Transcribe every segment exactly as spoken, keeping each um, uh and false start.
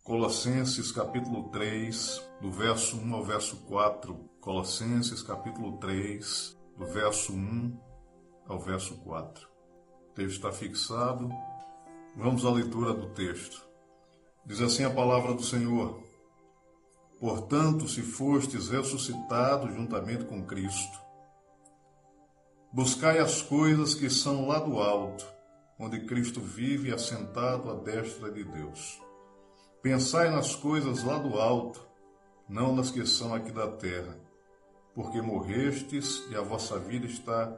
Colossenses capítulo três, do verso um ao verso quatro. Colossenses capítulo três, do verso um ao verso quatro. O texto está fixado. Vamos à leitura do texto. Diz assim a palavra do Senhor: Portanto, se fostes ressuscitados juntamente com Cristo, buscai as coisas que são lá do alto, onde Cristo vive assentado à destra de Deus. Pensai nas coisas lá do alto, não nas que são aqui da terra, porque morrestes e a vossa vida está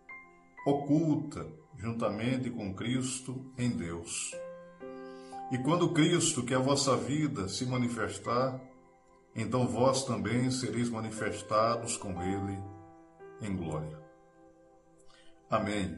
oculta juntamente com Cristo em Deus. E quando Cristo, que é a vossa vida, se manifestar, então vós também sereis manifestados com Ele em glória. Amém.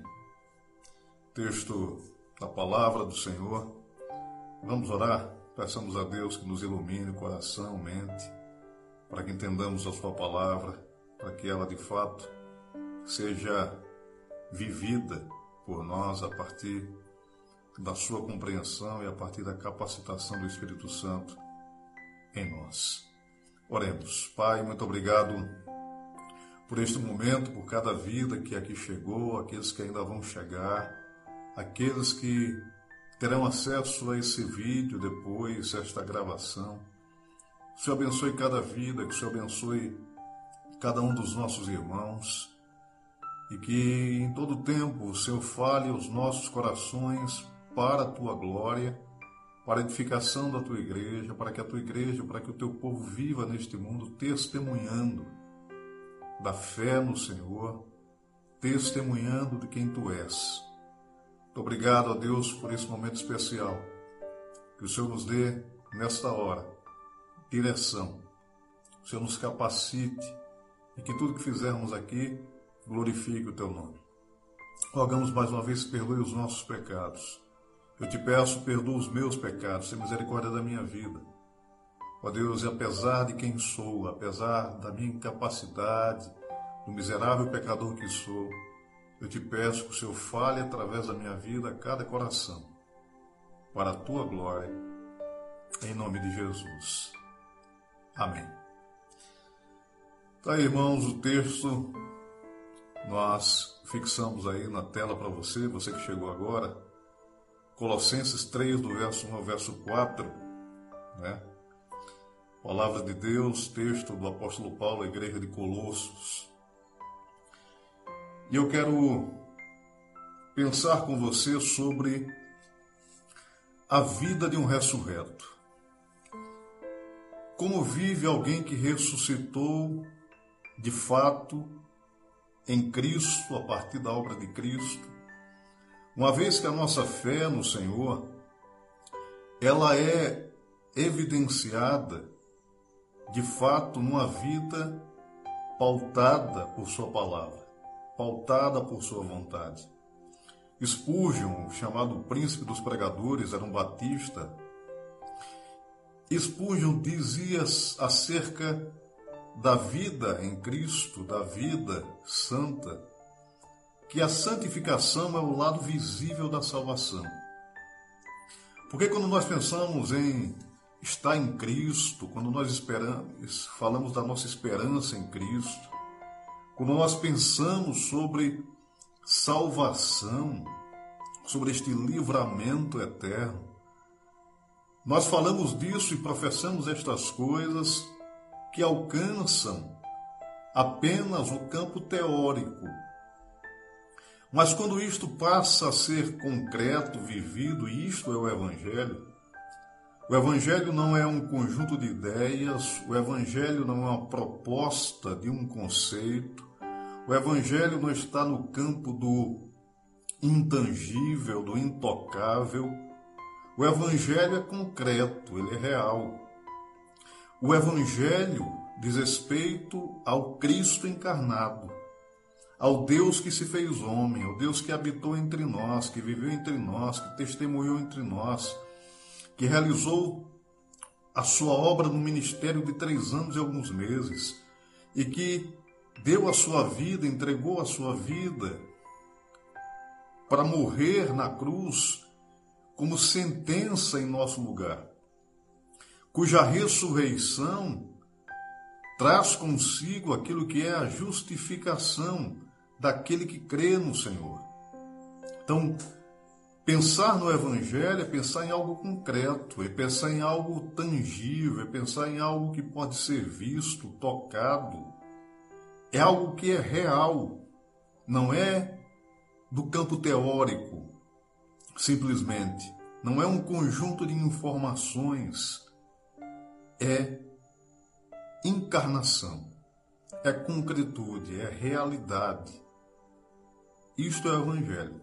Texto da palavra do Senhor. Vamos orar? Peçamos a Deus que nos ilumine o coração, mente, para que entendamos a sua palavra, para que ela de fato seja vivida por nós a partir da sua compreensão e a partir da capacitação do Espírito Santo em nós. Oremos. Pai, muito obrigado por este momento, por cada vida que aqui chegou, aqueles que ainda vão chegar, aqueles que terão acesso a esse vídeo depois, esta gravação. Que o Senhor abençoe cada vida, que o Senhor abençoe cada um dos nossos irmãos e que em todo tempo o Senhor fale aos nossos corações para a Tua glória, para a edificação da Tua igreja, para que a Tua igreja, para que o Teu povo viva neste mundo testemunhando da fé no Senhor, testemunhando de quem Tu és. Muito obrigado a Deus por esse momento especial. Que o Senhor nos dê, nesta hora, direção. Que o Senhor nos capacite e que tudo que fizermos aqui glorifique o Teu nome. Rogamos mais uma vez que perdoe os nossos pecados. Eu te peço, perdoa os meus pecados, tenha misericórdia da minha vida. Ó Deus, e apesar de quem sou, apesar da minha incapacidade, do miserável pecador que sou, eu te peço que o Senhor fale através da minha vida a cada coração, para a Tua glória, em nome de Jesus. Amém. Tá aí, irmãos, o texto nós fixamos aí na tela para você, você que chegou agora, Colossenses três, do verso um ao verso quatro, né? Palavra de Deus, texto do apóstolo Paulo à igreja de Colossos. E eu quero pensar com você sobre a vida de um ressurreto. Como vive alguém que ressuscitou de fato em Cristo, a partir da obra de Cristo, uma vez que a nossa fé no Senhor, ela é evidenciada de fato numa vida pautada por sua palavra, pautada por sua vontade. Spurgeon, chamado príncipe dos pregadores, era um batista. Spurgeon dizia acerca da vida em Cristo, da vida santa, que a santificação é o lado visível da salvação. Porque quando nós pensamos em estar em Cristo, quando nós esperamos, falamos da nossa esperança em Cristo, quando nós pensamos sobre salvação, sobre este livramento eterno, nós falamos disso e professamos estas coisas que alcançam apenas o campo teórico. Mas quando isto passa a ser concreto, vivido, e isto é o Evangelho, o Evangelho não é um conjunto de ideias, o Evangelho não é uma proposta de um conceito, o Evangelho não está no campo do intangível, do intocável. O Evangelho é concreto, ele é real. O Evangelho diz respeito ao Cristo encarnado, ao Deus que se fez homem, ao Deus que habitou entre nós, que viveu entre nós, que testemunhou entre nós, que realizou a sua obra no ministério de três anos e alguns meses, e que deu a sua vida, entregou a sua vida para morrer na cruz como sentença em nosso lugar. cuja ressurreição traz consigo aquilo que é a justificação daquele que crê no Senhor. Então, pensar no Evangelho é pensar em algo concreto, é pensar em algo tangível, é pensar em algo que pode ser visto, tocado. É algo que é real, não é do campo teórico, simplesmente. Não é um conjunto de informações, é encarnação, é concretude, é realidade. Isto é o Evangelho.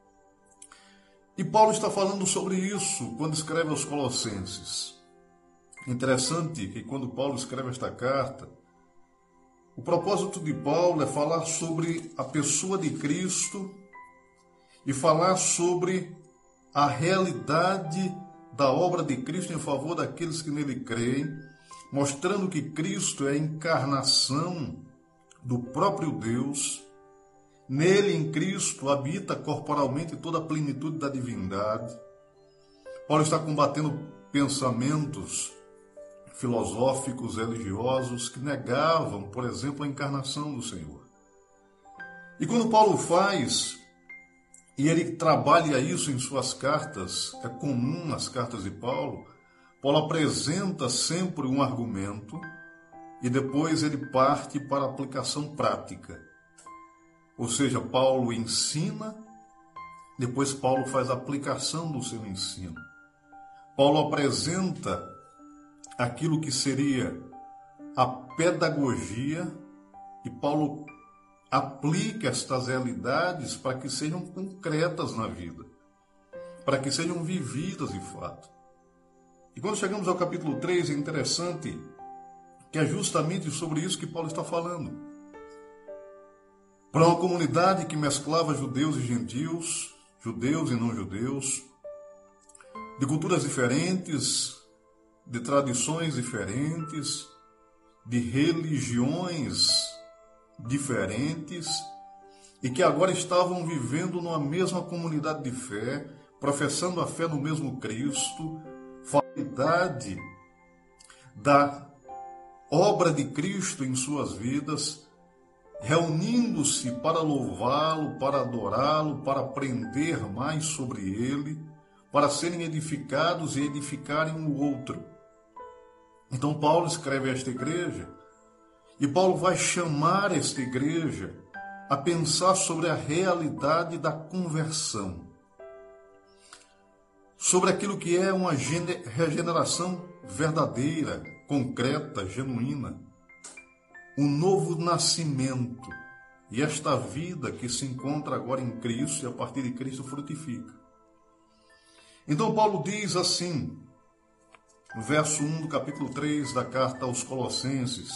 E Paulo está falando sobre isso quando escreve aos Colossenses. Interessante que quando Paulo escreve esta carta, o propósito de Paulo é falar sobre a pessoa de Cristo e falar sobre a realidade da obra de Cristo em favor daqueles que nele creem, mostrando que Cristo é a encarnação do próprio Deus. Nele, em Cristo, habita corporalmente toda a plenitude da divindade. Paulo está combatendo pensamentos filosóficos, religiosos, que negavam, por exemplo, a encarnação do Senhor. E quando Paulo faz, e ele trabalha isso em suas cartas, é comum nas cartas de Paulo, Paulo apresenta sempre um argumento e depois ele parte para a aplicação prática. Ou seja, Paulo ensina, depois Paulo faz a aplicação do seu ensino. Paulo apresenta aquilo que seria a pedagogia e Paulo aplica estas realidades para que sejam concretas na vida, para que sejam vividas de fato. E quando chegamos ao capítulo três, é interessante que é justamente sobre isso que Paulo está falando. Para uma comunidade que mesclava judeus e gentios, judeus e não-judeus, de culturas diferentes, de tradições diferentes, de religiões diferentes, e que agora estavam vivendo numa mesma comunidade de fé, professando a fé no mesmo Cristo, validade da obra de Cristo em suas vidas, reunindo-se para louvá-lo, para adorá-lo, para aprender mais sobre ele, para serem edificados e edificarem o outro. Então Paulo escreve a esta igreja, e Paulo vai chamar esta igreja a pensar sobre a realidade da conversão, sobre aquilo que é uma regeneração verdadeira, concreta, genuína, um novo nascimento, e esta vida que se encontra agora em Cristo e a partir de Cristo frutifica. Então Paulo diz assim, no verso um do capítulo três da carta aos Colossenses: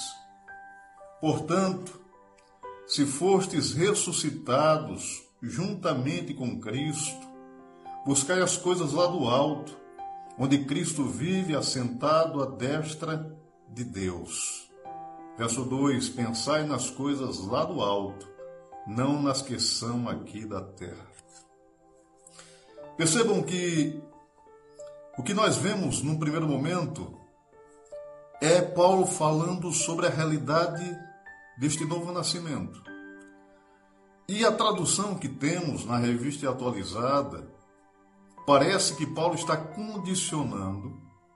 portanto, se fostes ressuscitados juntamente com Cristo, buscai as coisas lá do alto, onde Cristo vive assentado à destra de Deus. Verso dois, pensai nas coisas lá do alto, não nas que são aqui da terra. Percebam que o que nós vemos num primeiro momento é Paulo falando sobre a realidade deste novo nascimento. E a tradução que temos na Revista Atualizada, parece que Paulo está condicionando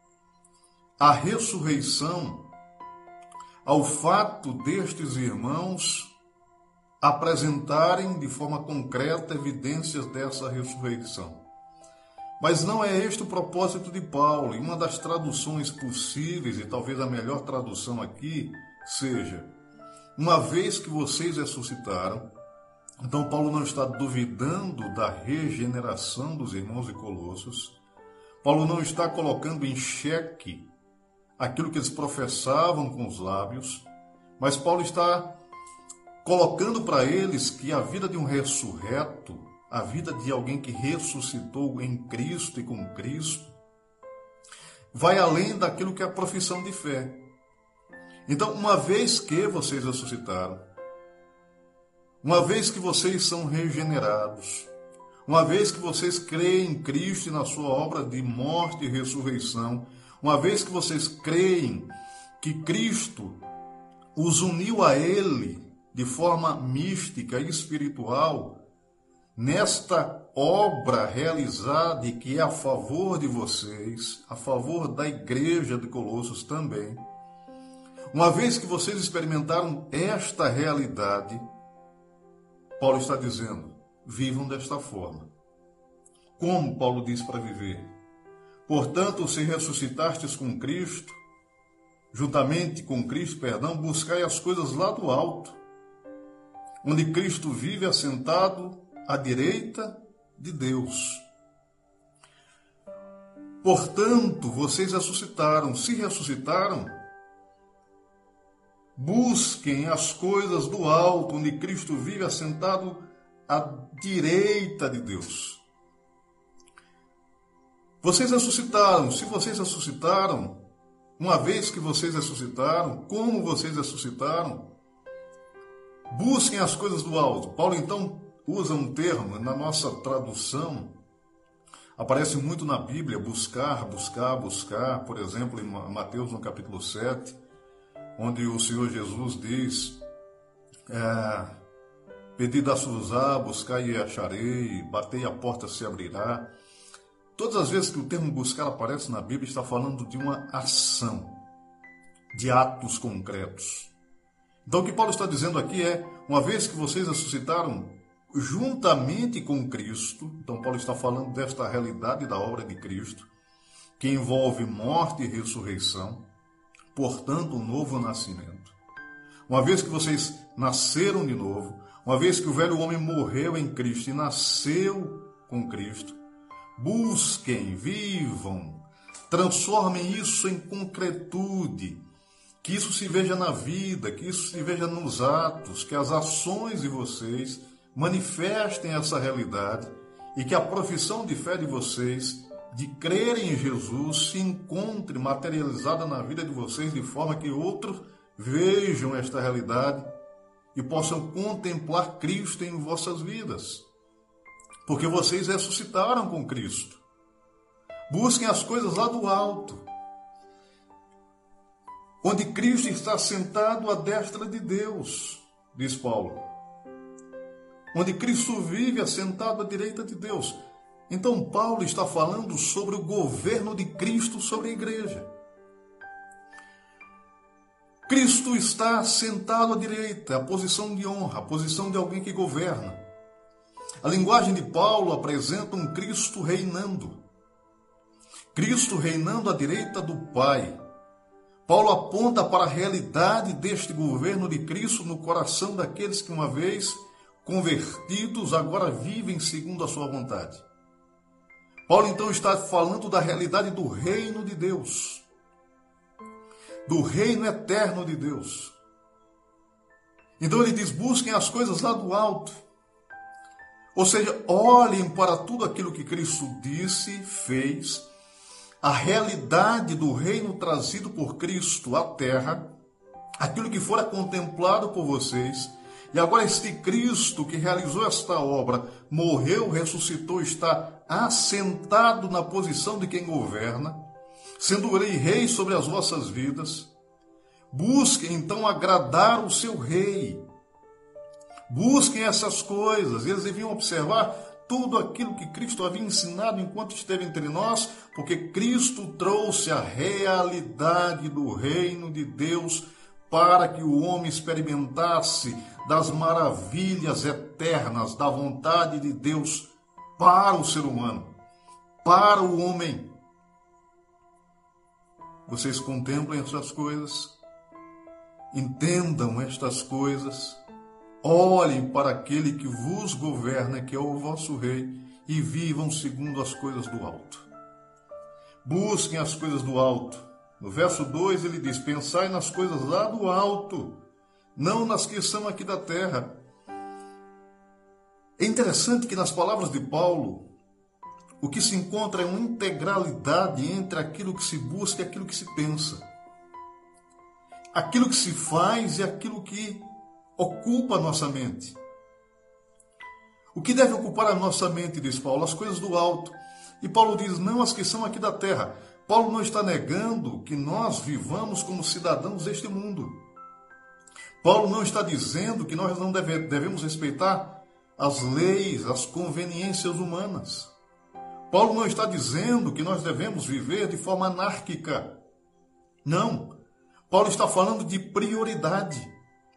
a ressurreição ao fato destes irmãos apresentarem de forma concreta evidências dessa ressurreição. Mas não é este o propósito de Paulo, e uma das traduções possíveis, e talvez a melhor tradução aqui, seja: uma vez que vocês ressuscitaram. Então Paulo não está duvidando da regeneração dos irmãos de Colossos. Paulo não está colocando em xeque aquilo que eles professavam com os lábios, mas Paulo está colocando para eles que a vida de um ressurreto, a vida de alguém que ressuscitou em Cristo e com Cristo, vai além daquilo que é a profissão de fé. Então, uma vez que vocês ressuscitaram, uma vez que vocês são regenerados, uma vez que vocês creem em Cristo e na sua obra de morte e ressurreição, uma vez que vocês creem que Cristo os uniu a Ele de forma mística e espiritual, nesta obra realizada e que é a favor de vocês, a favor da igreja de Colossos também, uma vez que vocês experimentaram esta realidade, Paulo está dizendo, vivam desta forma. Como Paulo diz para viver? Portanto, se ressuscitastes com Cristo, juntamente com Cristo, perdão, buscai as coisas lá do alto, onde Cristo vive assentado à direita de Deus. Portanto, vocês ressuscitaram. Se ressuscitaram, busquem as coisas do alto, onde Cristo vive assentado à direita de Deus. Vocês ressuscitaram. Se vocês ressuscitaram, uma vez que vocês ressuscitaram, como vocês ressuscitaram, busquem as coisas do alto. Paulo, então, usa um termo, na nossa tradução, aparece muito na Bíblia, buscar, buscar, buscar. Por exemplo, em Mateus, no capítulo sete, onde o Senhor Jesus diz, é, pedi dá-se-vos-á, buscai e acharei, batei a porta se abrirá. Todas as vezes que o termo buscar aparece na Bíblia, está falando de uma ação, de atos concretos. Então, o que Paulo está dizendo aqui é, uma vez que vocês ressuscitaram juntamente com Cristo, então Paulo está falando desta realidade da obra de Cristo, que envolve morte e ressurreição, portanto, um novo nascimento. Uma vez que vocês nasceram de novo, uma vez que o velho homem morreu em Cristo e nasceu com Cristo, busquem, vivam, transformem isso em concretude, que isso se veja na vida, que isso se veja nos atos, que as ações de vocês manifestem essa realidade e que a profissão de fé de vocês, de crerem em Jesus, se encontre materializada na vida de vocês de forma que outros vejam esta realidade e possam contemplar Cristo em vossas vidas. Porque vocês ressuscitaram com Cristo. Busquem as coisas lá do alto, onde Cristo está sentado à destra de Deus, diz Paulo. Onde Cristo vive assentado à direita de Deus. Então Paulo está falando sobre o governo de Cristo sobre a igreja. Cristo está sentado à direita, a posição de honra, a posição de alguém que governa. A linguagem de Paulo apresenta um Cristo reinando. Cristo reinando à direita do Pai. Paulo aponta para a realidade deste governo de Cristo no coração daqueles que uma vez convertidos agora vivem segundo a sua vontade. Paulo então está falando da realidade do reino de Deus, do reino eterno de Deus. Então ele diz, busquem as coisas lá do alto. Ou seja, olhem para tudo aquilo que Cristo disse, fez, a realidade do reino trazido por Cristo à terra, aquilo que fora contemplado por vocês, e agora este Cristo que realizou esta obra, morreu, ressuscitou, está assentado na posição de quem governa, sendo ele rei sobre as vossas vidas. Busquem então agradar o seu rei. Busquem essas coisas. Eles deviam observar tudo aquilo que Cristo havia ensinado enquanto esteve entre nós, porque Cristo trouxe a realidade do reino de Deus para que o homem experimentasse das maravilhas eternas da vontade de Deus para o ser humano, para o homem. Vocês contemplem essas coisas, entendam estas coisas, olhem para aquele que vos governa, que é o vosso rei, e vivam segundo as coisas do alto. Busquem as coisas do alto. No verso dois ele diz, pensai nas coisas lá do alto, não nas que são aqui da terra. É interessante que nas palavras de Paulo, o que se encontra é uma integralidade entre aquilo que se busca e aquilo que se pensa. Aquilo que se faz e aquilo que ocupa a nossa mente. O que deve ocupar a nossa mente, diz Paulo? As coisas do alto. E Paulo diz, não as que são aqui da terra. Paulo não está negando que nós vivamos como cidadãos deste mundo. Paulo não está dizendo que nós não deve, devemos respeitar as leis, as conveniências humanas. Paulo não está dizendo que nós devemos viver de forma anárquica. Não. Paulo está falando de prioridade.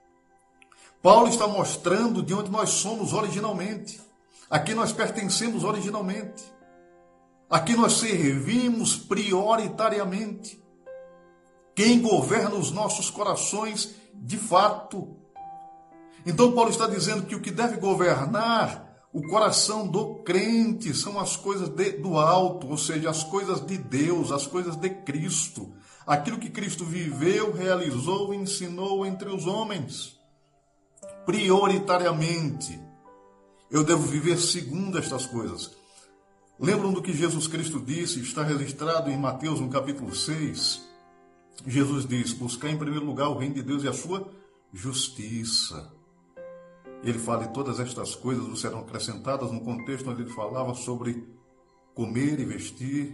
Paulo está mostrando de onde nós somos originalmente, a quem nós pertencemos originalmente, a quem nós servimos prioritariamente, quem governa os nossos corações de fato. Então Paulo está dizendo que o que deve governar o coração do crente são as coisas de, do alto, ou seja, as coisas de Deus, as coisas de Cristo, aquilo que Cristo viveu, realizou e ensinou entre os homens. Prioritariamente, eu devo viver segundo estas coisas. Lembram do que Jesus Cristo disse, está registrado em Mateus, no capítulo seis. Jesus diz: buscar em primeiro lugar o reino de Deus e a sua justiça. Ele fala de todas estas coisas vos serão acrescentadas, no contexto onde ele falava sobre comer e vestir.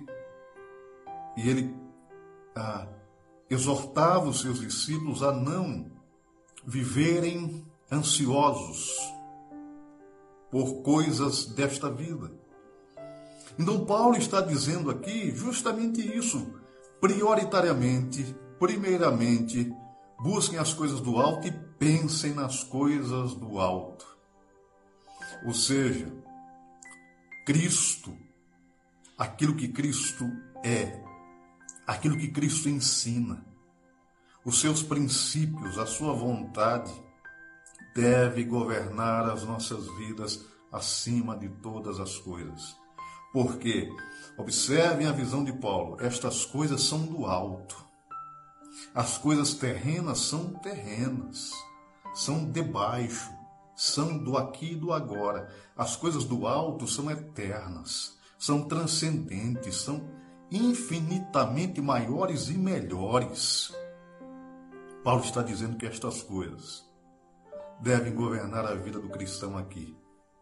E ele ah, exortava os seus discípulos a não viverem ansiosos por coisas desta vida. Então Paulo está dizendo aqui justamente isso. Prioritariamente, primeiramente, busquem as coisas do alto e pensem nas coisas do alto. Ou seja, Cristo, aquilo que Cristo é, aquilo que Cristo ensina, os seus princípios, a sua vontade, deve governar as nossas vidas acima de todas as coisas. Porque, observem a visão de Paulo, estas coisas são do alto. As coisas terrenas são terrenas, são de baixo, são do aqui e do agora. As coisas do alto são eternas, são transcendentes, são infinitamente maiores e melhores. Paulo está dizendo que estas coisas devem governar a vida do cristão aqui.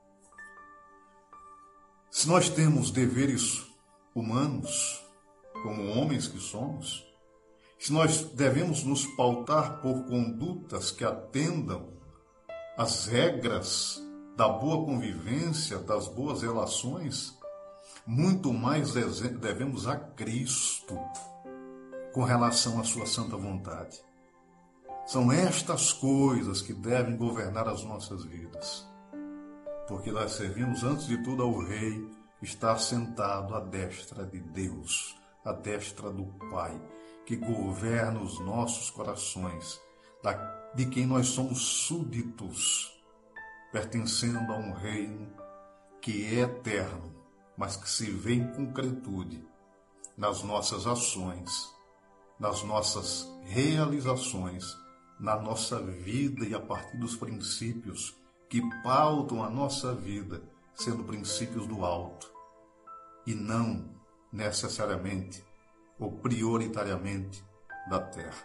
Se nós temos deveres humanos, como homens que somos, se nós devemos nos pautar por condutas que atendam às regras da boa convivência, das boas relações, muito mais devemos a Cristo com relação à sua santa vontade. São estas coisas que devem governar as nossas vidas. Porque nós servimos, antes de tudo, ao Rei que está sentado à destra de Deus, à destra do Pai, que governa os nossos corações, de quem nós somos súditos, pertencendo a um reino que é eterno, mas que se vê em concretude nas nossas ações, nas nossas realizações, na nossa vida e a partir dos princípios que pautam a nossa vida, sendo princípios do alto, e não necessariamente ou prioritariamente da terra.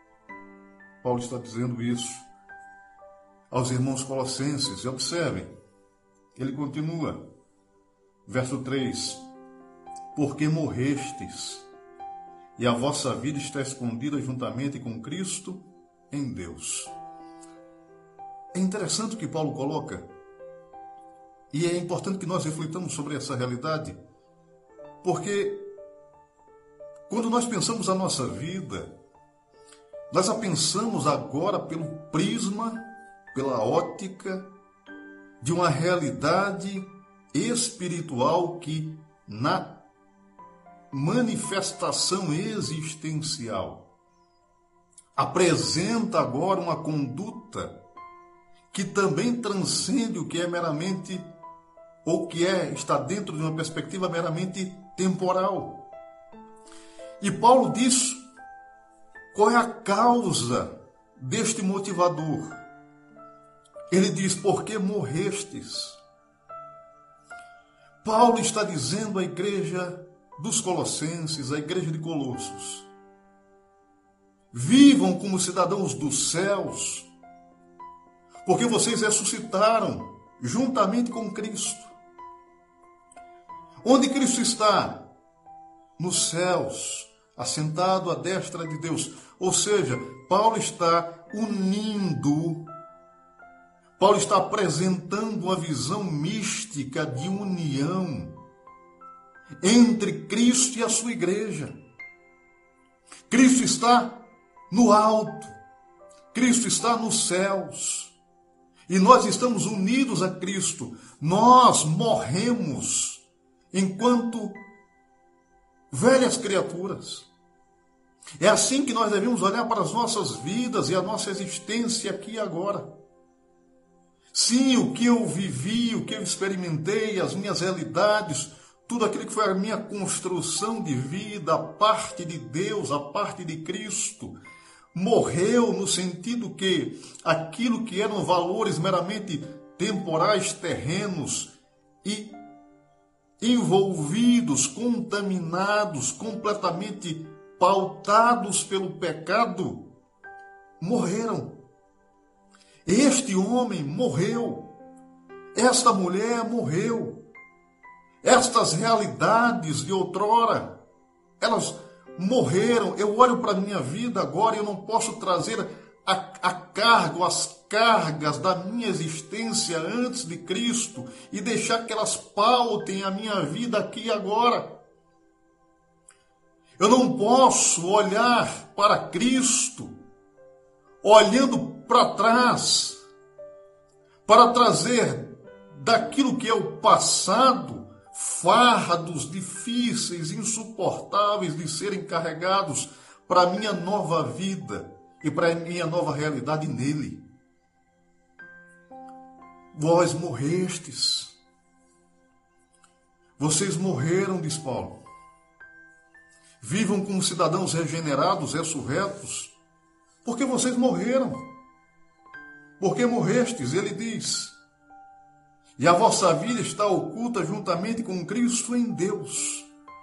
Paulo está dizendo isso aos irmãos colossenses, e observem, ele continua, verso três, porque morrestes, e a vossa vida está escondida juntamente com Cristo em Deus. É interessante o que Paulo coloca, e é importante que nós reflitamos sobre essa realidade, porque quando nós pensamos a nossa vida, nós a pensamos agora pelo prisma, pela ótica de uma realidade espiritual que, na manifestação existencial, apresenta agora uma conduta que também transcende o que é meramente, ou que é, está dentro de uma perspectiva meramente temporal. E Paulo diz qual é a causa deste motivador. Ele diz, porque morrestes. Paulo está dizendo à igreja dos Colossenses, à igreja de Colossos, vivam como cidadãos dos céus, porque vocês ressuscitaram juntamente com Cristo. Onde Cristo está? nos céus, assentado à destra de Deus. Ou seja, Paulo está unindo, Paulo está apresentando uma visão mística de união entre Cristo e a sua igreja. Cristo está no alto, Cristo está nos céus, e nós estamos unidos a Cristo. Nós morremos enquanto velhas criaturas. É assim que nós devemos olhar para as nossas vidas e a nossa existência aqui e agora. Sim, o que eu vivi, o que eu experimentei, as minhas realidades, tudo aquilo que foi a minha construção de vida, a parte de Deus, a parte de Cristo, morreu no sentido que aquilo que eram valores meramente temporais, terrenos e envolvidos, contaminados, completamente pautados pelo pecado, morreram. Este homem morreu, esta mulher morreu, estas realidades de outrora, elas morreram. Eu olho para a minha vida agora e eu não posso trazer a, a carga, as cargas da minha existência antes de Cristo e deixar que elas pautem a minha vida aqui e agora. Eu não posso olhar para Cristo olhando para trás, para trazer daquilo que é o passado fardos difíceis, insuportáveis de serem carregados para a minha nova vida e para a minha nova realidade nele. Vós morrestes. Vocês morreram, diz Paulo. Vivam como cidadãos regenerados, ressurretos, porque vocês morreram. Porque morrestes, ele diz. E a vossa vida está oculta juntamente com Cristo em Deus.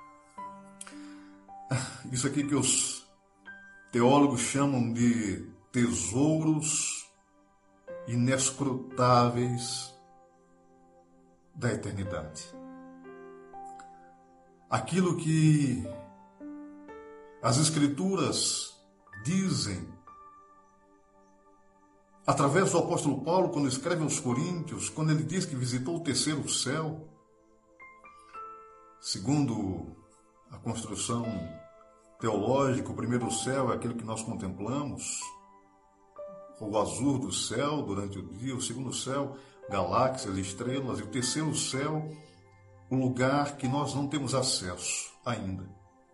Isso aqui que os teólogos chamam de tesouros inescrutáveis da eternidade. Aquilo que as Escrituras dizem através do apóstolo Paulo, quando escreve aos Coríntios, quando ele diz que visitou o terceiro céu, segundo a construção teológica, o primeiro céu é aquele que nós contemplamos, o azul do céu durante o dia, o segundo céu, galáxias, estrelas, e o terceiro céu, o lugar que nós não temos acesso ainda.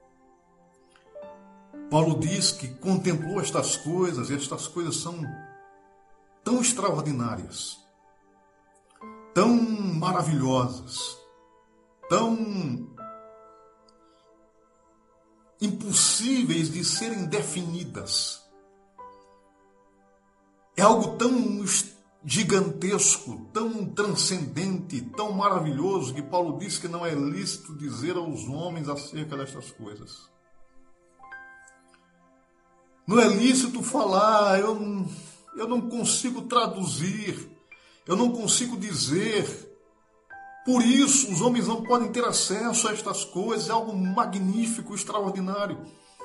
Paulo diz que contemplou estas coisas, e estas coisas são tão extraordinárias, tão maravilhosas, tão impossíveis de serem definidas. É algo tão gigantesco, tão transcendente, tão maravilhoso, que Paulo diz que não é lícito dizer aos homens acerca destas coisas. Não é lícito falar, eu não... Eu não consigo traduzir, eu não consigo dizer. Por isso, os homens não podem ter acesso a estas coisas, é algo magnífico, extraordinário.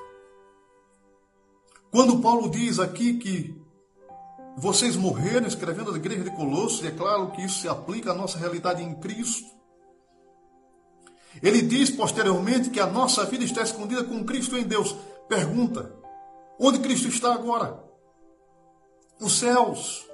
Quando Paulo diz aqui que vocês morreram, escrevendo à igreja de Colossos, e é claro que isso se aplica à nossa realidade em Cristo. Ele diz posteriormente que a nossa vida está escondida com Cristo em Deus. Pergunta, onde Cristo está agora? Os céus.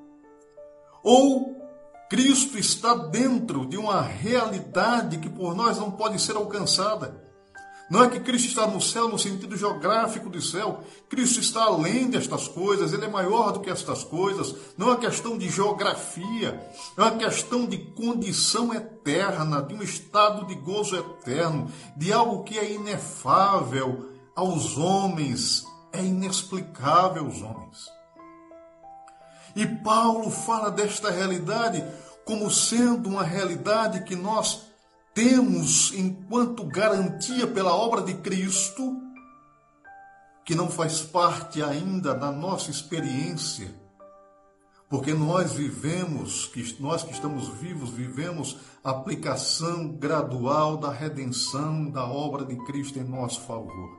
Ou Cristo está dentro de uma realidade que por nós não pode ser alcançada. Não é que Cristo está no céu no sentido geográfico do céu. Cristo está além destas coisas, Ele é maior do que estas coisas. Não é uma questão de geografia, é uma questão de condição eterna, de um estado de gozo eterno, de algo que é inefável aos homens, é inexplicável aos homens. E Paulo fala desta realidade como sendo uma realidade que nós temos enquanto garantia pela obra de Cristo, que não faz parte ainda da nossa experiência, Porque nós vivemos, que nós que estamos vivos, vivemos a aplicação gradual da redenção da obra de Cristo em nosso favor.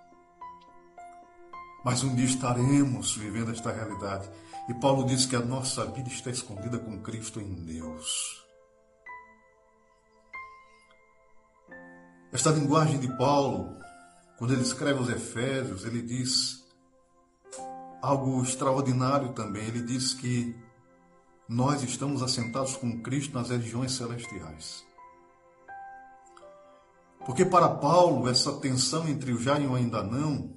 Mas um dia estaremos vivendo esta realidade. E Paulo diz que a nossa vida está escondida com Cristo em Deus. Esta linguagem de Paulo, quando ele escreve aos Efésios, ele diz algo extraordinário também. Ele diz que nós estamos assentados com Cristo nas regiões celestiais. Porque para Paulo, essa tensão entre o já e o ainda não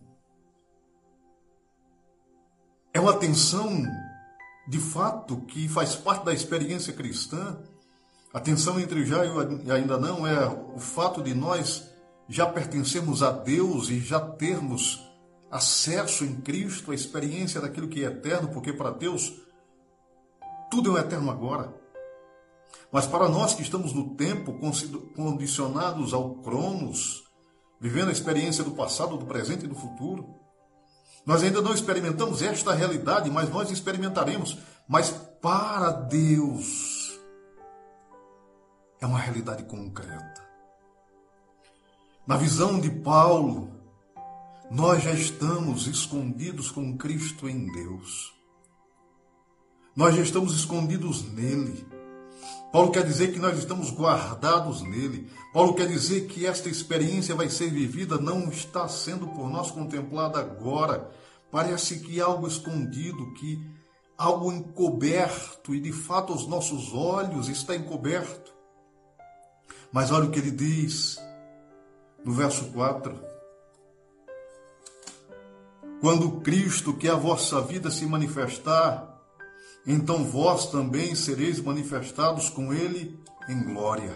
é uma tensão, de fato, que faz parte da experiência cristã. A tensão entre o já e o ainda não é o fato de nós já pertencermos a Deus e já termos acesso em Cristo à experiência daquilo que é eterno, porque para Deus tudo é eterno agora. Mas para nós que estamos no tempo, condicionados ao cronos, vivendo a experiência do passado, do presente e do futuro, nós ainda não experimentamos esta realidade, mas nós experimentaremos. Mas para Deus é uma realidade concreta. Na visão de Paulo, nós já estamos escondidos com Cristo em Deus. Nós já estamos escondidos nele. Paulo quer dizer que nós estamos guardados nele. Paulo quer dizer que esta experiência vai ser vivida, não está sendo por nós contemplada agora. Parece que algo escondido, que algo encoberto, e de fato os nossos olhos está encoberto. Mas olha o que ele diz no verso quatro. Quando Cristo, que é a vossa vida, se manifestar, então vós também sereis manifestados com ele em glória.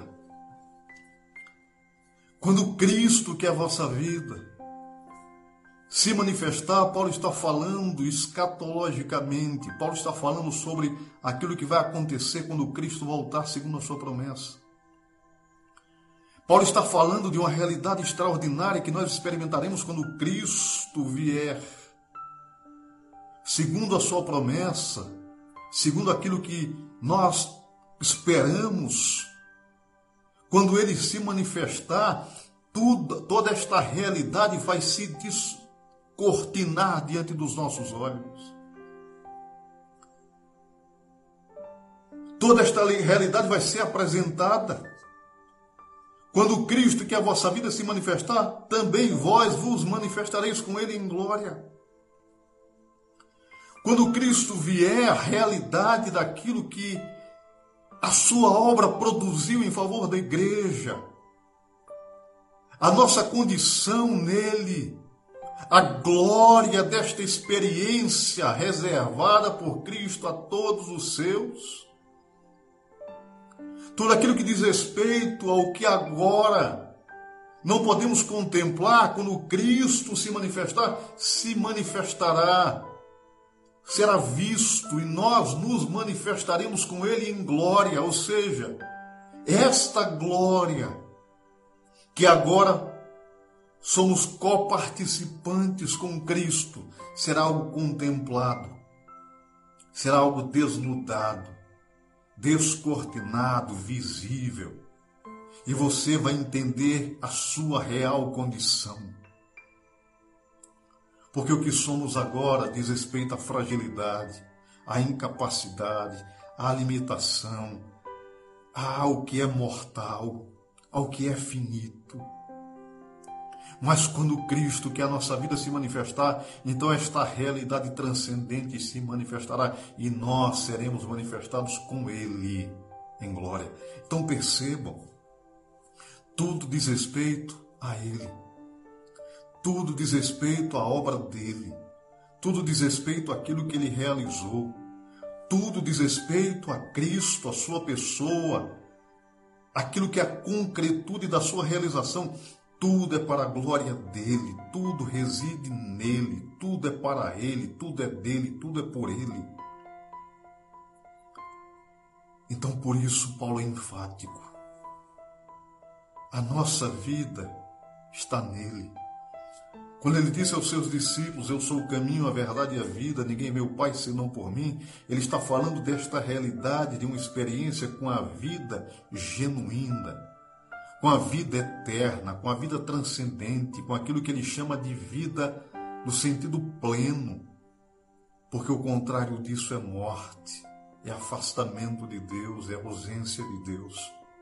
Quando Cristo, que é a vossa vida, se manifestar, Paulo está falando escatologicamente. Paulo está falando sobre aquilo que vai acontecer quando Cristo voltar segundo a sua promessa. Paulo está falando de uma realidade extraordinária que nós experimentaremos quando Cristo vier. Segundo a sua promessa, segundo aquilo que nós esperamos, quando ele se manifestar, tudo, toda esta realidade vai se descortinar diante dos nossos olhos. Toda esta realidade vai ser apresentada. Quando Cristo, que é a vossa vida, se manifestar, também vós vos manifestareis com ele em glória. Quando Cristo vier, a realidade daquilo que a sua obra produziu em favor da igreja, a nossa condição nele, a glória desta experiência reservada por Cristo a todos os seus, tudo aquilo que diz respeito ao que agora não podemos contemplar, quando Cristo se manifestar, se manifestará, será visto e nós nos manifestaremos com ele em glória, ou seja, esta glória que agora somos coparticipantes com Cristo, será algo contemplado, será algo desnudado, descortinado, visível, e você vai entender a sua real condição. Porque o que somos agora diz respeito à fragilidade, à incapacidade, à limitação, ao que é mortal, ao que é finito. Mas quando Cristo, que é a nossa vida, se manifestar, então esta realidade transcendente se manifestará e nós seremos manifestados com ele em glória. Então percebam, tudo diz respeito a ele. Tudo diz respeito à obra dele. Tudo diz respeito àquilo que ele realizou. Tudo diz respeito a Cristo, a sua pessoa, aquilo que é a concretude da sua realização. Tudo é para a glória dele, tudo reside nele, tudo é para ele, tudo é dele, tudo é por ele. Então, por isso, Paulo é enfático. A nossa vida está nele. Quando ele disse aos seus discípulos, eu sou o caminho, a verdade e a vida, ninguém vê o Pai senão por mim, ele está falando desta realidade, de uma experiência com a vida genuína, com a vida eterna, com a vida transcendente, com aquilo que ele chama de vida no sentido pleno, porque o contrário disso é morte, é afastamento de Deus, é ausência de Deus.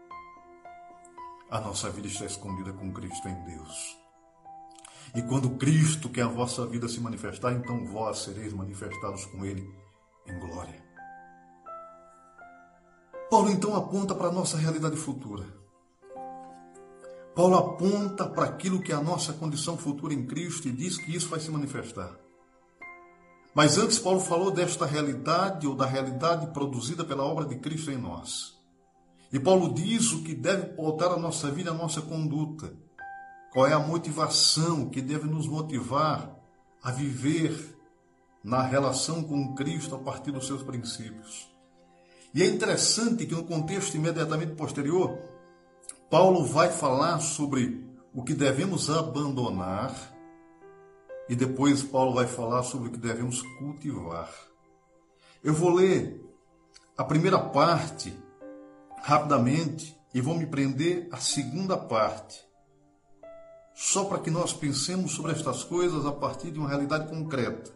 A nossa vida está escondida com Cristo em Deus. E quando Cristo, que é a vossa vida, se manifestar, então vós sereis manifestados com Ele em glória. Paulo então aponta para a nossa realidade futura. Paulo aponta para aquilo que é a nossa condição futura em Cristo e diz que isso vai se manifestar. Mas antes Paulo falou desta realidade ou da realidade produzida pela obra de Cristo em nós. E Paulo diz o que deve pautar a nossa vida, a nossa conduta. Qual é a motivação que deve nos motivar a viver na relação com Cristo a partir dos seus princípios. E é interessante que no contexto imediatamente posterior, Paulo vai falar sobre o que devemos abandonar e depois Paulo vai falar sobre o que devemos cultivar. Eu vou ler a primeira parte rapidamente e vou me prender à segunda parte, só para que nós pensemos sobre estas coisas a partir de uma realidade concreta.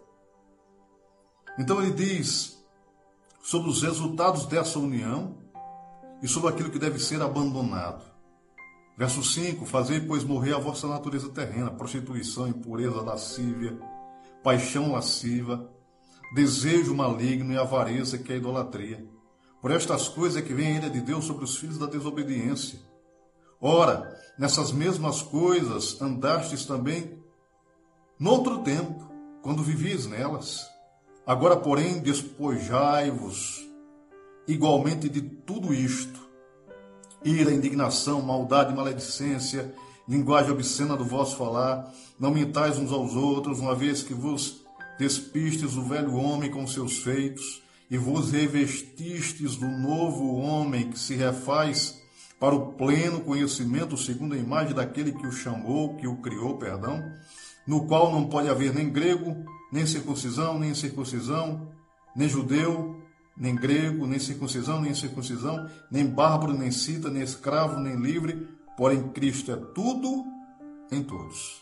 Então ele diz sobre os resultados dessa união e sobre aquilo que deve ser abandonado. Verso cinco, fazei, pois, morrer a vossa natureza terrena, prostituição, impureza, lascívia, paixão lasciva, desejo maligno e avareza, que é a idolatria. Por estas coisas é que vem a ira de Deus sobre os filhos da desobediência. Ora, nessas mesmas coisas andastes também noutro tempo, quando vivias nelas. Agora, porém, despojai-vos igualmente de tudo isto: ira, indignação, maldade, maledicência, linguagem obscena do vosso falar. Não mintais uns aos outros, uma vez que vos despistes o velho homem com seus feitos e vos revestistes do novo homem que se refaz para o pleno conhecimento segundo a imagem daquele que o chamou, que o criou, perdão, no qual não pode haver nem grego, nem circuncisão, nem incircuncisão, nem judeu, nem grego, nem circuncisão, nem incircuncisão, nem bárbaro, nem cita, nem escravo, nem livre, porém Cristo é tudo em todos.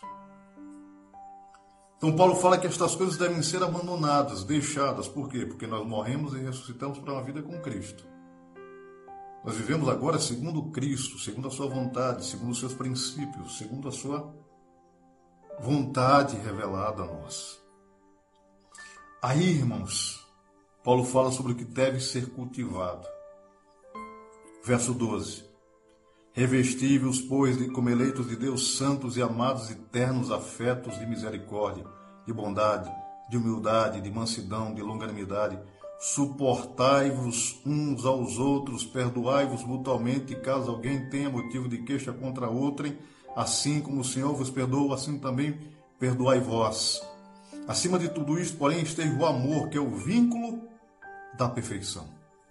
Então Paulo fala que estas coisas devem ser abandonadas, deixadas. Por quê? Porque nós morremos e ressuscitamos para uma vida com Cristo. Nós vivemos agora segundo Cristo, segundo a sua vontade, segundo os seus princípios, segundo a sua vontade revelada a nós. Aí, irmãos, Paulo fala sobre o que deve ser cultivado. Verso doze. Revesti-vos, pois, de, como eleitos de Deus, santos e amados, e ternos afetos de misericórdia, de bondade, de humildade, de mansidão, de longanimidade. Suportai-vos uns aos outros, perdoai-vos mutuamente, caso alguém tenha motivo de queixa contra outrem, assim como o Senhor vos perdoa, assim também perdoai vós. Acima de tudo isto, porém, esteja o amor, que é o vínculo da perfeição.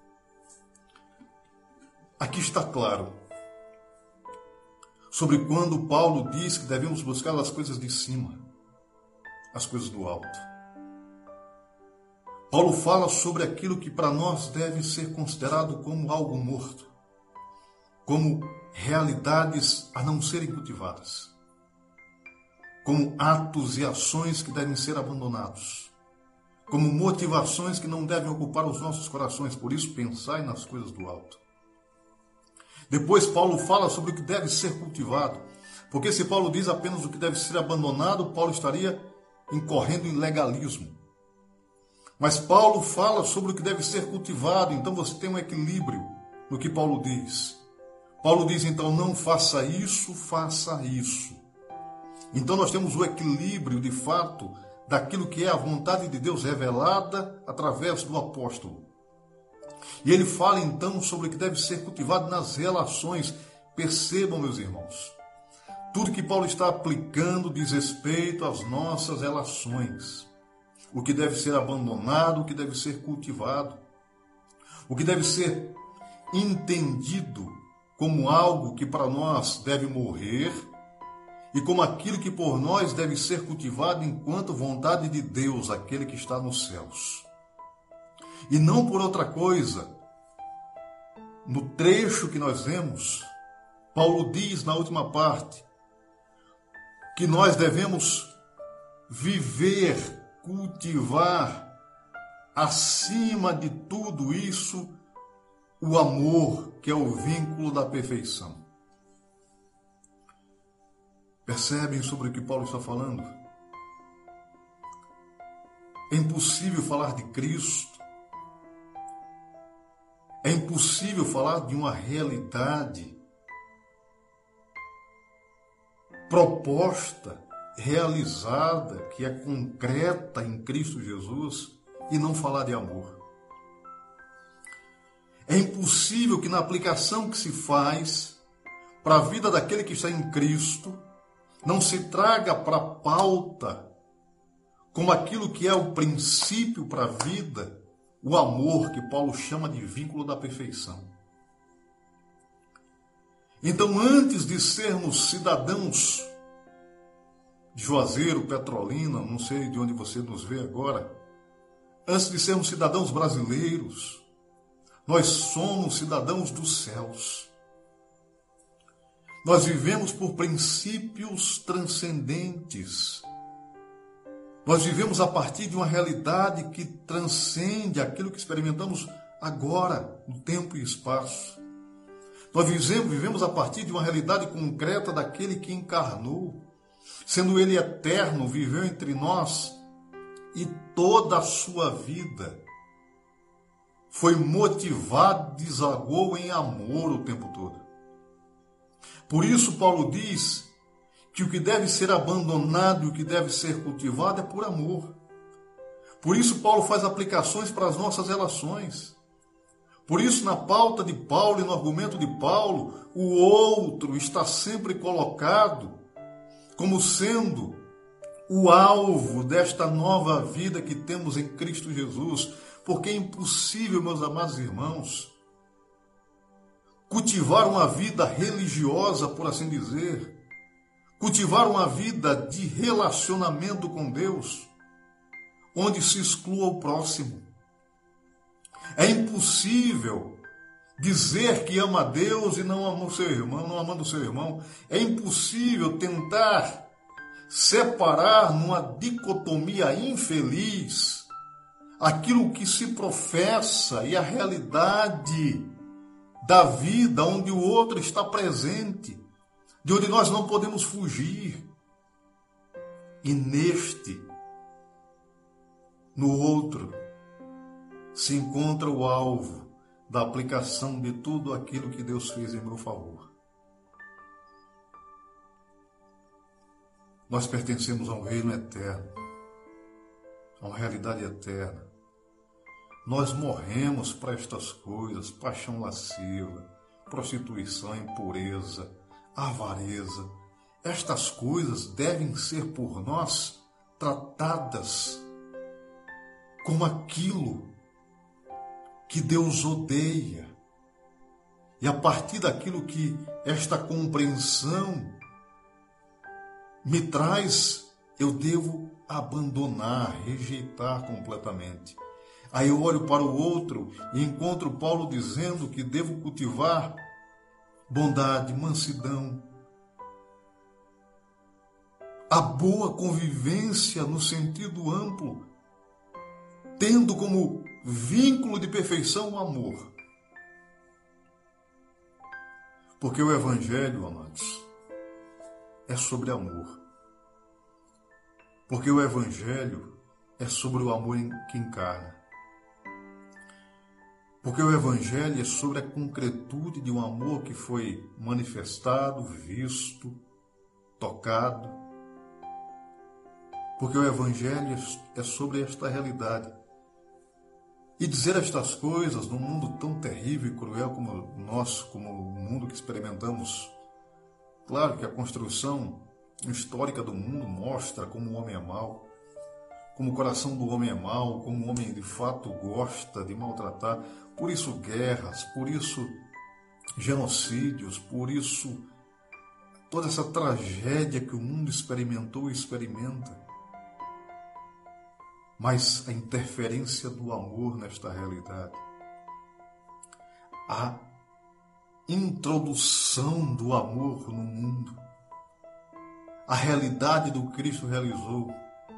Aqui está claro sobre quando Paulo diz que devemos buscar as coisas de cima, as coisas do alto. Paulo fala sobre aquilo que para nós deve ser considerado como algo morto, como realidades a não serem cultivadas, como atos e ações que devem ser abandonados, como motivações que não devem ocupar os nossos corações. Por isso, pensai nas coisas do alto. Depois Paulo fala sobre o que deve ser cultivado, porque se Paulo diz apenas o que deve ser abandonado, Paulo estaria incorrendo em legalismo. Mas Paulo fala sobre o que deve ser cultivado, então você tem um equilíbrio no que Paulo diz. Paulo diz, então, não faça isso, faça isso. Então nós temos o equilíbrio, de fato, daquilo que é a vontade de Deus revelada através do apóstolo. E ele fala então sobre o que deve ser cultivado nas relações. Percebam, meus irmãos, tudo que Paulo está aplicando diz respeito às nossas relações. O que deve ser abandonado, o que deve ser cultivado. O que deve ser entendido como algo que para nós deve morrer e como aquilo que por nós deve ser cultivado enquanto vontade de Deus, aquele que está nos céus. E não por outra coisa. No trecho que nós vemos, Paulo diz na última parte que nós devemos viver, cultivar, acima de tudo isso, o amor, que é o vínculo da perfeição. Percebem sobre o que Paulo está falando? É impossível falar de Cristo. É impossível falar de uma realidade proposta, realizada, que é concreta em Cristo Jesus, e não falar de amor. É impossível que na aplicação que se faz para a vida daquele que está em Cristo, não se traga para a pauta, como aquilo que é o princípio para a vida, o amor, que Paulo chama de vínculo da perfeição. Então, antes de sermos cidadãos de Juazeiro, Petrolina, não sei de onde você nos vê agora, antes de sermos cidadãos brasileiros, nós somos cidadãos dos céus. Nós vivemos por princípios transcendentes. Nós vivemos a partir de uma realidade que transcende aquilo que experimentamos agora, no tempo e espaço. Nós vivemos, vivemos a partir de uma realidade concreta daquele que encarnou, sendo ele eterno, viveu entre nós e toda a sua vida foi motivado, desagou em amor o tempo todo. Por isso Paulo diz que o que deve ser abandonado e o que deve ser cultivado é por amor. Por isso Paulo faz aplicações para as nossas relações. Por isso, na pauta de Paulo e no argumento de Paulo, o outro está sempre colocado como sendo o alvo desta nova vida que temos em Cristo Jesus. Porque é impossível, meus amados irmãos, cultivar uma vida religiosa, por assim dizer, cultivar uma vida de relacionamento com Deus, onde se exclua o próximo. É impossível dizer que ama a Deus e não ama o seu irmão, não amando o seu irmão. É impossível tentar separar numa dicotomia infeliz aquilo que se professa e a realidade da vida onde o outro está presente, de onde nós não podemos fugir. E neste, no outro, se encontra o alvo da aplicação de tudo aquilo que Deus fez em meu favor. Nós pertencemos a um reino eterno, a uma realidade eterna. Nós morremos para estas coisas: paixão lasciva, prostituição, impureza, avareza. Estas coisas devem ser por nós tratadas como aquilo que Deus odeia. E a partir daquilo que esta compreensão me traz, eu devo abandonar, rejeitar completamente. Aí eu olho para o outro e encontro Paulo dizendo que devo cultivar bondade, mansidão, a boa convivência no sentido amplo, tendo como vínculo de perfeição o amor. Porque o Evangelho, amados, é sobre amor. Porque o Evangelho é sobre o amor que encarna. Porque o Evangelho é sobre a concretude de um amor que foi manifestado, visto, tocado. Porque o Evangelho é sobre esta realidade. E dizer estas coisas num mundo tão terrível e cruel como o nosso, como o mundo que experimentamos. Claro que a construção histórica do mundo mostra como o homem é mau, como o coração do homem é mau, como o homem de fato gosta de maltratar. Por isso guerras, por isso genocídios, por isso toda essa tragédia que o mundo experimentou e experimenta, mas a interferência do amor nesta realidade, a introdução do amor no mundo, a realidade do Cristo realizou,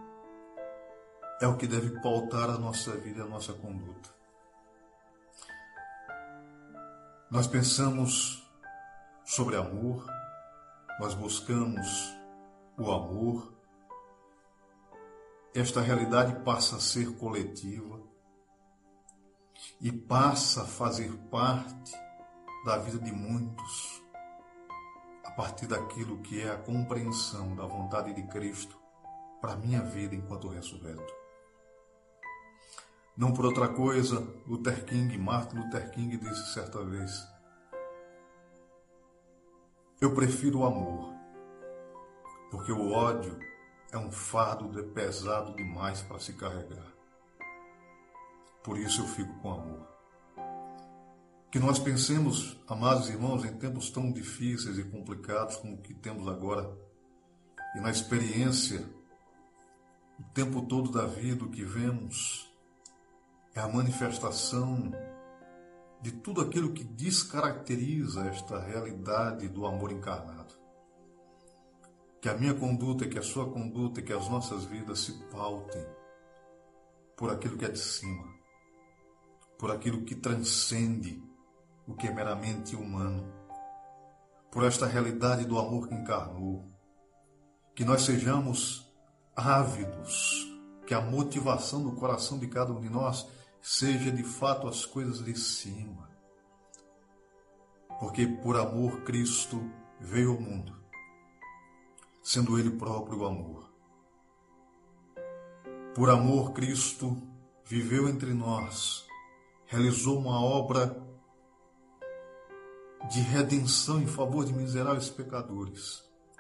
é o que deve pautar a nossa vida e a nossa conduta. Nós pensamos sobre amor, nós buscamos o amor, esta realidade passa a ser coletiva e passa a fazer parte da vida de muitos, a partir daquilo que é a compreensão da vontade de Cristo para a minha vida enquanto ressurreto. Não por outra coisa, Luther King, Martin Luther King disse certa vez: eu prefiro o amor, porque o ódio é um fardo pesado demais para se carregar. Por isso eu fico com amor. Que nós pensemos, amados irmãos, em tempos tão difíceis e complicados como o que temos agora, e na experiência, o tempo todo da vida, o que vemos é a manifestação de tudo aquilo que descaracteriza esta realidade do amor encarnado. Que a minha conduta, que a sua conduta, que as nossas vidas se pautem por aquilo que é de cima, por aquilo que transcende o que é meramente humano, por esta realidade do amor que encarnou, que nós sejamos ávidos, que a motivação do coração de cada um de nós seja de fato as coisas de cima, porque por amor Cristo veio ao mundo, sendo Ele próprio o amor. Por amor Cristo viveu entre nós, realizou uma obra de redenção em favor de miseráveis pecadores.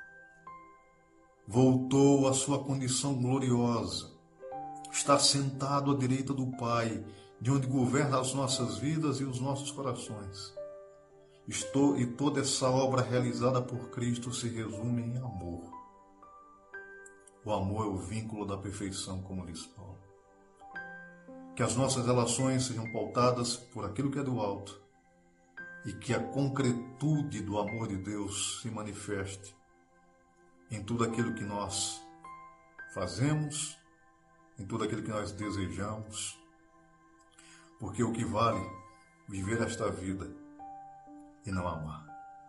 Voltou à sua condição gloriosa, está sentado à direita do Pai, de onde governa as nossas vidas e os nossos corações. Estou, e toda essa obra realizada por Cristo se resume em amor. O amor é o vínculo da perfeição, como diz Paulo. Que as nossas relações sejam pautadas por aquilo que é do alto e que a concretude do amor de Deus se manifeste em tudo aquilo que nós fazemos, em tudo aquilo que nós desejamos, porque o que vale viver esta vida e não amar.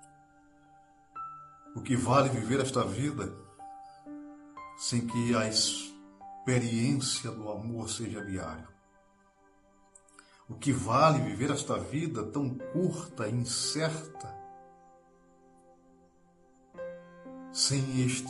O que vale viver esta vida sem que a experiência do amor seja diária. O que vale viver esta vida tão curta e incerta sem este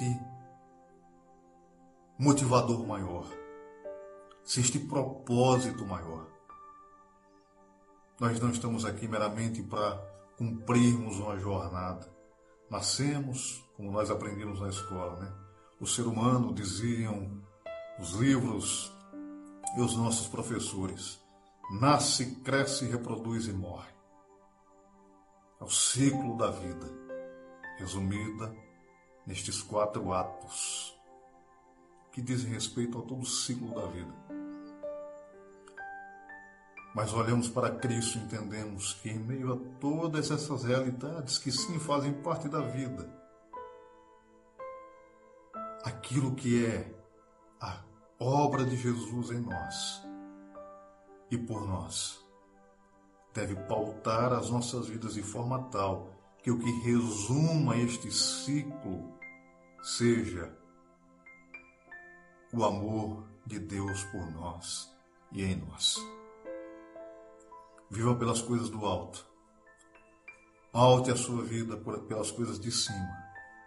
motivador maior, sem este propósito maior. Nós não estamos aqui meramente para cumprirmos uma jornada. Nascemos, como nós aprendemos na escola, né? O ser humano, diziam os livros e os nossos professores, nasce, cresce, reproduz e morre. É o ciclo da vida, resumida nestes quatro atos que dizem respeito a todo o ciclo da vida. Mas olhamos para Cristo e entendemos que em meio a todas essas realidades que sim fazem parte da vida, aquilo que é a obra de Jesus em nós e por nós deve pautar as nossas vidas de forma tal que o que resuma este ciclo seja o amor de Deus por nós e em nós. Viva pelas coisas do alto. Paute a sua vida pelas coisas de cima,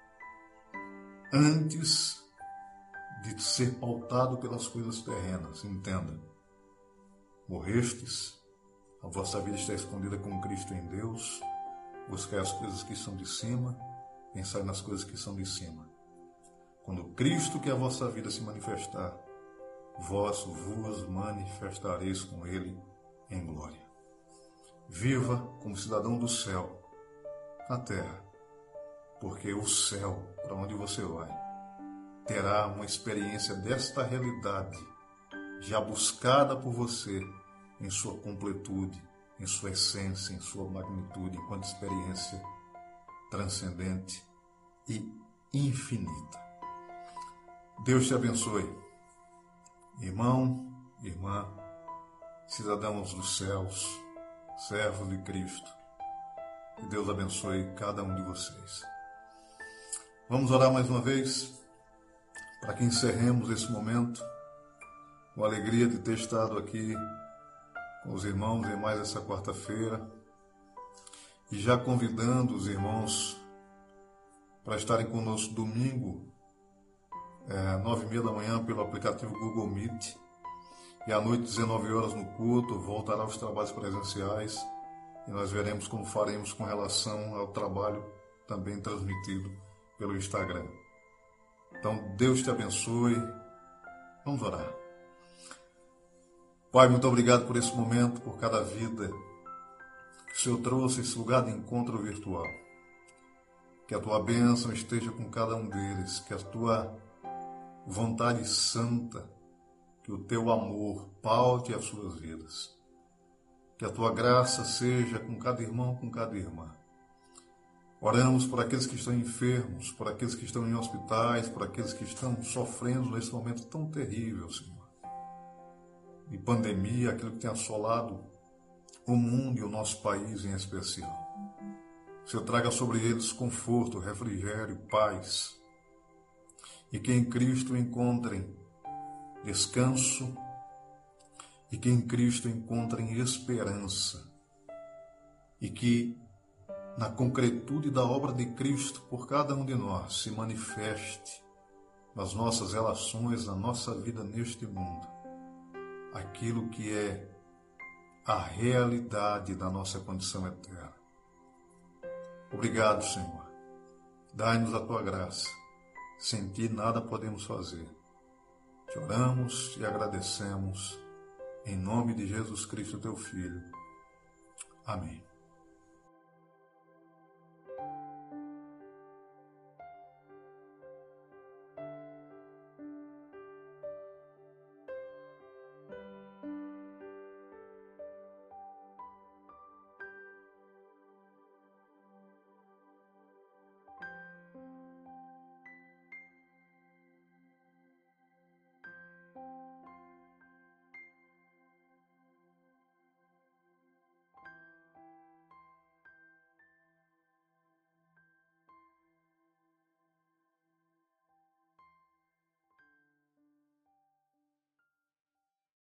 antes de ser pautado pelas coisas terrenas. Entenda, morrestes, a vossa vida está escondida com Cristo em Deus, buscai as coisas que são de cima, pensai nas coisas que são de cima. Quando Cristo, que é a vossa vida, se manifestar, vós vos manifestareis com Ele em glória. Viva como cidadão do céu, na terra, porque o céu, para onde você vai, terá uma experiência desta realidade, já buscada por você em sua completude, em sua essência, em sua magnitude, enquanto experiência transcendente e infinita. Deus te abençoe, irmão, irmã, cidadãos dos céus, servos de Cristo. Que Deus abençoe cada um de vocês. Vamos orar mais uma vez, para que encerremos esse momento com a alegria de ter estado aqui com os irmãos em mais essa quarta-feira e já convidando os irmãos para estarem conosco domingo, é, nove e meia da manhã, pelo aplicativo Google Meet, e à noite, dezenove horas, no culto, voltará aos trabalhos presenciais e nós veremos como faremos com relação ao trabalho também transmitido pelo Instagram. Então, Deus te abençoe. Vamos orar. Pai, muito obrigado por esse momento, por cada vida que o Senhor trouxe esse lugar de encontro virtual. Que a tua bênção esteja com cada um deles, que a tua vontade santa, que o teu amor paute as suas vidas. Que a tua graça seja com cada irmão, com cada irmã. Oramos por aqueles que estão enfermos, por aqueles que estão em hospitais, por aqueles que estão sofrendo nesse momento tão terrível, Senhor. De pandemia, aquilo que tem assolado o mundo e o nosso país em especial. Senhor, traga sobre eles conforto, refrigério, paz. E que em Cristo encontrem descanso e que em Cristo encontrem esperança. E que na concretude da obra de Cristo por cada um de nós se manifeste nas nossas relações, na nossa vida neste mundo, aquilo que é a realidade da nossa condição eterna. Obrigado, Senhor. Dai-nos a tua graça. Sem ti nada podemos fazer. Te oramos e agradecemos em nome de Jesus Cristo, teu Filho. Amém.